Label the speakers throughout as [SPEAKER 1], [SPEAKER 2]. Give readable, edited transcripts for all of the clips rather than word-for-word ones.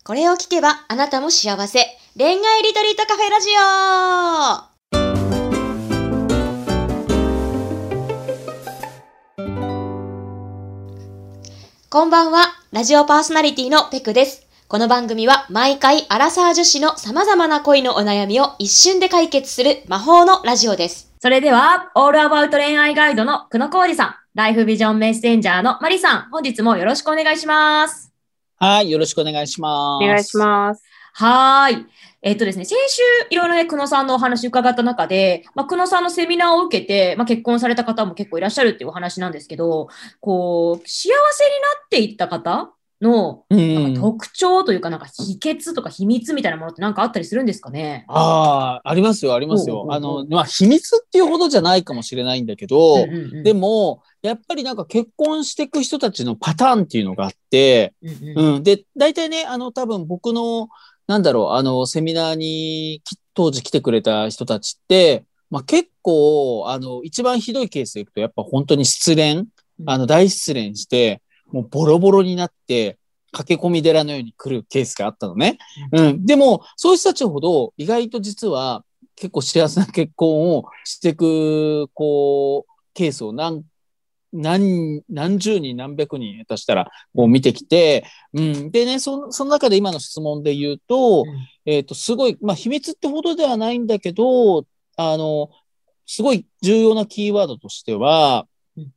[SPEAKER 1] これを聞けばあなたも幸せ。恋愛リトリートカフェラジオ。こんばんは。ラジオパーソナリティのペクです。この番組は毎回アラサー女子の様々な恋のお悩みを一瞬で解決する魔法のラジオです。
[SPEAKER 2] それでは、オールアバウト恋愛ガイドの久野浩二さん、ライフビジョンメッセンジャーのマリさん、本日もよろしくお願いします。
[SPEAKER 3] はい、よろしくお願いします。
[SPEAKER 4] お願いします。
[SPEAKER 2] はい。ですね、先週いろいろね、久野さんのお話伺った中で、久野さんのセミナーを受けて、結婚された方も結構いらっしゃるっていうお話なんですけど、幸せになっていった方の特徴というか、秘訣とか秘密みたいなものってあったりするんですかね？
[SPEAKER 3] ありますよ、ありますよ。秘密っていうほどじゃないかもしれないんだけど、でも、やっぱり結婚していく人たちのパターンっていうのがあって、で、大体ね、多分僕の、セミナーに当時来てくれた人たちって、結構、一番ひどいケースでいくと、やっぱ本当に失恋、大失恋して、もうボロボロになって、駆け込み寺のように来るケースがあったのね。でも、そういう人たちほど、意外と実は、結構幸せな結婚をしていく、ケースを何十人何百人下手したら見てきて、でね、その中で今の質問で言うと、すごい、秘密ってほどではないんだけど、すごい重要なキーワードとしては、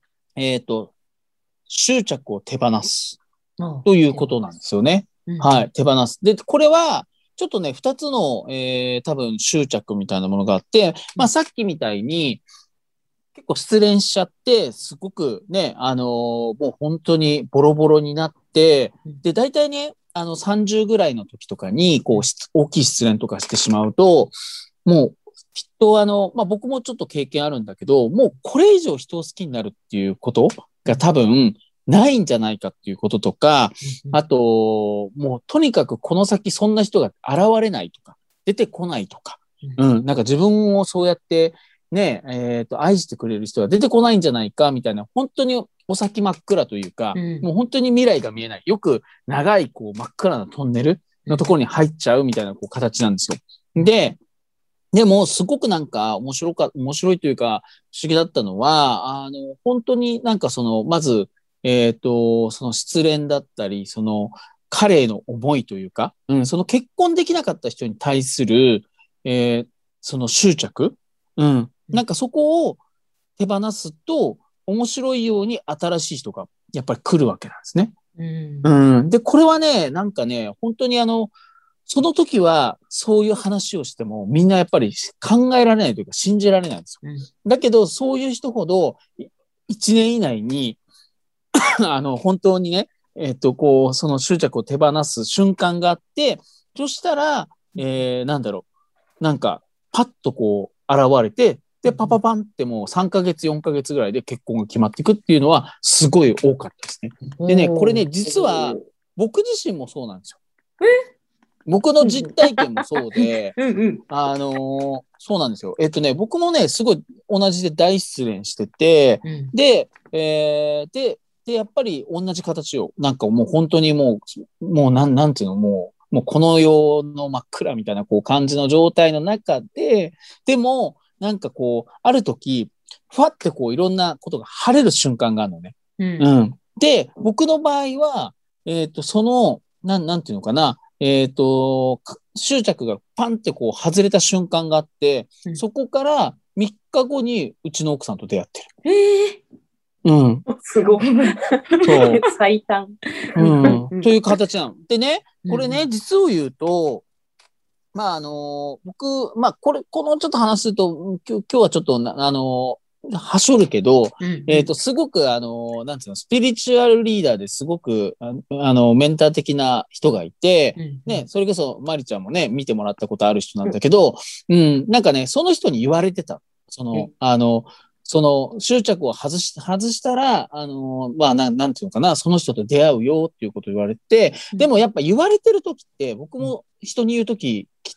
[SPEAKER 3] 執着を手放すということなんですよね。はい、手放す。で、これは、ちょっとね、二つの、多分執着みたいなものがあって、さっきみたいに、結構失恋しちゃって、すごくね、もう本当にボロボロになって、で、大体ね、30ぐらいの時とかに、大きい失恋とかしてしまうと、もう、きっと僕もちょっと経験あるんだけど、もうこれ以上人を好きになるっていうことが多分、ないんじゃないかっていうこととか、あと、もうとにかくこの先そんな人が現れないとか、出てこないとか、自分をそうやって、ね、愛してくれる人が出てこないんじゃないかみたいな、本当にお先真っ暗というか、もう本当に未来が見えない。よく長い真っ暗なトンネルのところに入っちゃうみたいな形なんですよ。でもすごく面白いというか不思議だったのは、本当にまず、その失恋だったり、彼への思いというか、その結婚できなかった人に対する、その執着、そこを手放すと面白いように新しい人がやっぱり来るわけなんですね。で、これはね、本当にその時はそういう話をしてもみんなやっぱり考えられないというか信じられないんですよ。だけどそういう人ほど1年以内に本当にね、その執着を手放す瞬間があって、そしたら、パッと現れて、で、パパパンってもう3ヶ月、4ヶ月ぐらいで結婚が決まっていくっていうのはすごい多かったですね。でね、これね、実は僕自身もそうなんですよ。僕の実体験もそうで、そうなんですよ。僕もね、すごい同じで大失恋してて、で、やっぱり同じ形を、もう本当にもうなんていうの、もうこの世の真っ暗みたいな感じの状態の中で、でも、ある時、ふわっていろんなことが晴れる瞬間があるのね。で、僕の場合は、なんていうのかな、執着がパンって外れた瞬間があって、そこから3日後にうちの奥さんと出会ってる。
[SPEAKER 4] すごい。そう。最短。
[SPEAKER 3] という形なの。でね、これね、実を言うと、僕、このちょっと話すると、今日はちょっと、はしょるけど、すごく、なんていうの、スピリチュアルリーダーですごく、メンター的な人がいて、ね、それこそ、まりちゃんもね、見てもらったことある人なんだけど、その人に言われてた。その執着を外したら、なんていうのかな、その人と出会うよっていうことを言われて、でもやっぱ言われてる時って、僕も人に言う時、きっ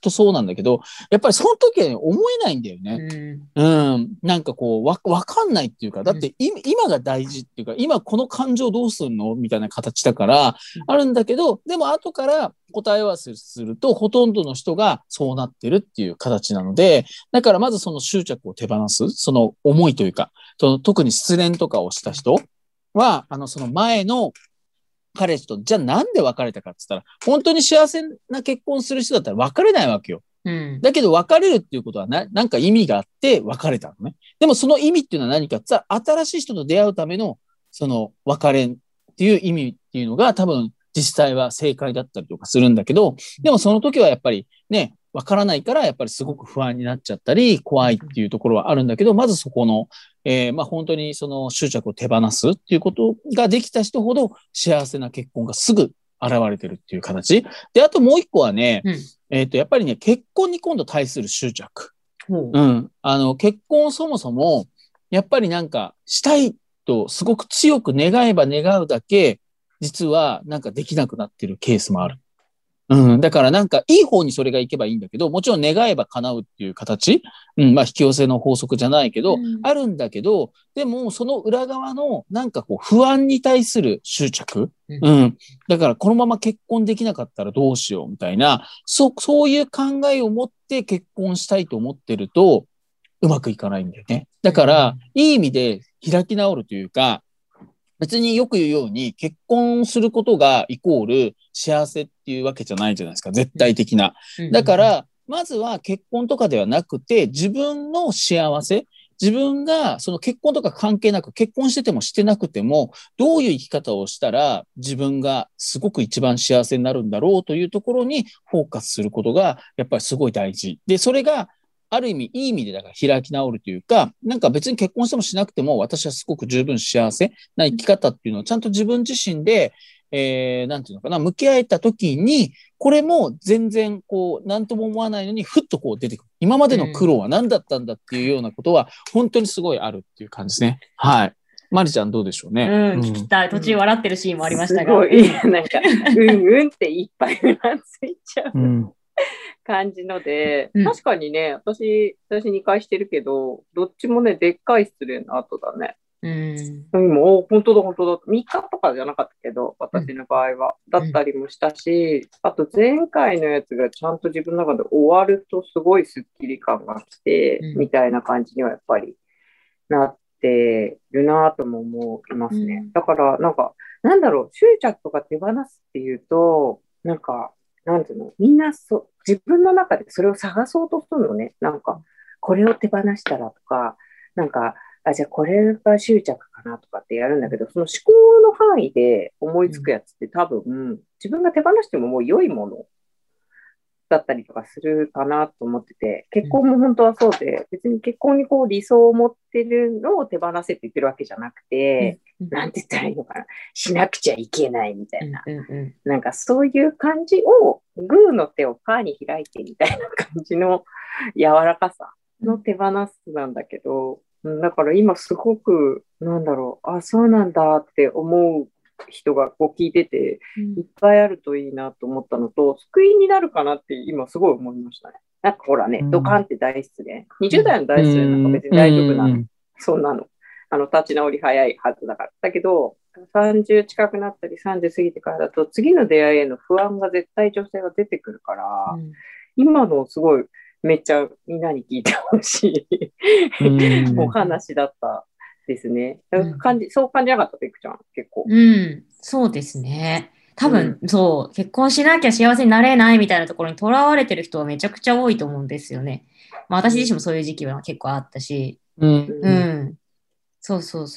[SPEAKER 3] とそうなんだけど、やっぱりその時は、ね、思えないんだよね。なんかこう、わかんないっていうか、だって今が大事っていうか、今この感情どうするのみたいな形だから、あるんだけど、でも後から答え合わせすると、ほとんどの人がそうなってるっていう形なので、だからまずその執着を手放す、その思いというか、特に失恋とかをした人は、その前の彼氏と、じゃあなんで別れたかって言ったら、本当に幸せな結婚する人だったら別れないわけよ。だけど別れるっていうことはなんか意味があって別れたのね。でもその意味っていうのは何かって言ったら、新しい人と出会うための、その別れっていう意味っていうのが多分実際は正解だったりとかするんだけど、でもその時はやっぱりね、わからないからやっぱりすごく不安になっちゃったり、怖いっていうところはあるんだけど、まずそこの、本当にその執着を手放すっていうことができた人ほど幸せな結婚がすぐ現れてるっていう形。で、あともう一個はね、やっぱりね、結婚に今度対する執着。結婚をそもそも、やっぱりなんかしたいとすごく強く願えば願うだけ、実はなんかできなくなってるケースもある。だからなんかいい方にそれがいけばいいんだけど、もちろん願えば叶うっていう形、引き寄せの法則じゃないけど、あるんだけど、でもその裏側のなんかこう不安に対する執着、だからこのまま結婚できなかったらどうしようみたいな、そういう考えを持って結婚したいと思ってると、うまくいかないんだよね。だから、いい意味で開き直るというか、別によく言うように結婚することがイコール幸せっていうわけじゃないじゃないですか。絶対的な。だから、まずは結婚とかではなくて自分の幸せ、自分がその結婚とか関係なく結婚しててもしてなくてもどういう生き方をしたら自分がすごく一番幸せになるんだろうというところにフォーカスすることがやっぱりすごい大事。で、それがある意味、いい意味でだから開き直るというか、なんか別に結婚してもしなくても、私はすごく十分幸せな生き方っていうのをちゃんと自分自身で、なんていうのかな、向き合えた時に、これも全然こう、なんとも思わないのに、ふっとこう出てくる。今までの苦労は何だったんだっていうようなことは、本当にすごいあるっていう感じですね。はい。まりちゃんどうでしょうね。
[SPEAKER 2] 聞きたい。途中笑ってるシーンもありましたが。
[SPEAKER 4] すごい、なんか、っていっぱいうなずいちゃう。感じので、確かにね、私2回してるけど、どっちもね、でっかい失恋の後だね。もう、本当だ。3日とかじゃなかったけど、私の場合は。だったりもしたし、あと前回のやつがちゃんと自分の中で終わるとすごいスッキリ感が来て、みたいな感じにはやっぱりなってるなとも思いますね。だから、なんだろう、執着とか手放すっていうと、なんていうの、みんな自分の中でそれを探そうとするのね。これを手放したらとか、じゃあこれが執着かなとかってやるんだけど、その思考の範囲で思いつくやつって多分、自分が手放してももう良いものだったりとかするかなと思ってて、結婚も本当はそうで、別に結婚にこう理想を持ってるのを手放せって言ってるわけじゃなくて、なんて言ったらいいのかな、しなくちゃいけないみたいな、そういう感じを、グーの手をパーに開いてみたいな感じの柔らかさの手放すなんだけど、だから今すごく、そうなんだって思う人がこう聞いてて、いっぱいあるといいなと思ったのと、救いになるかなって今すごい思いましたね。ほらね、ドカンって大失恋。20代の大失恋なんか別に大丈夫なの。そんなの。立ち直り早いはずだから。だけど、30近くなったり30過ぎてからだと、次の出会いへの不安が絶対女性が出てくるから、今のすごいめっちゃみんなに聞いてほしいお話だったですね。そう感じなかった、ペクちゃん、結構。
[SPEAKER 2] そうですね。多分、結婚しなきゃ幸せになれないみたいなところにとらわれてる人はめちゃくちゃ多いと思うんですよね。私自身もそういう時期は結構あったし。そう。
[SPEAKER 4] どっちも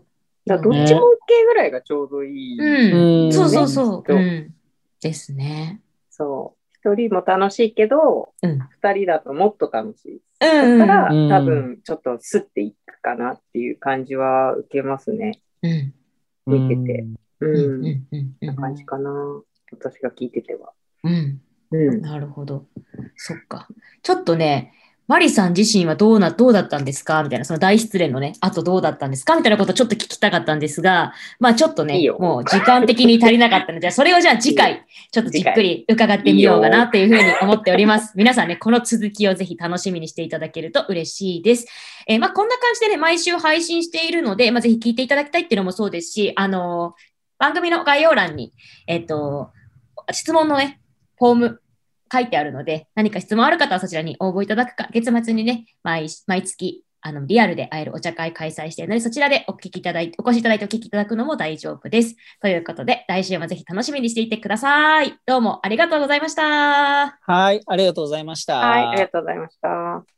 [SPEAKER 4] OK ぐらいがちょうどいい。
[SPEAKER 2] そう。ですね。
[SPEAKER 4] そう。一人も楽しいけど、二人だともっと楽しい。だったら、多分、ちょっとスッていくかなっていう感じは受けますね。見てて。な感じかな。私が聞いてては。
[SPEAKER 2] なるほど。そっか。ちょっとね、 マリさん自身はどうだったんですかみたいな、その大失恋のね、あとどうだったんですかみたいなことをちょっと聞きたかったんですが、まあちょっとね、もう時間的に足りなかったので、じゃあそれをじゃあ次回、ちょっとじっくり伺ってみようかなというふうに思っております。皆さんね、この続きをぜひ楽しみにしていただけると嬉しいです。まあこんな感じでね、毎週配信しているので、まあぜひ聞いていただきたいっていうのもそうですし、番組の概要欄に、質問のね、フォーム、書いてあるので、何か質問ある方はそちらに応募いただくか、月末にね、毎月、リアルで会えるお茶会開催しているので、そちらでお越しいただいてお聞きいただくのも大丈夫です。ということで、来週もぜひ楽しみにしていてください。どうもありがとうございました。
[SPEAKER 3] はい、ありがとうございました。
[SPEAKER 4] はい、ありがとうございました。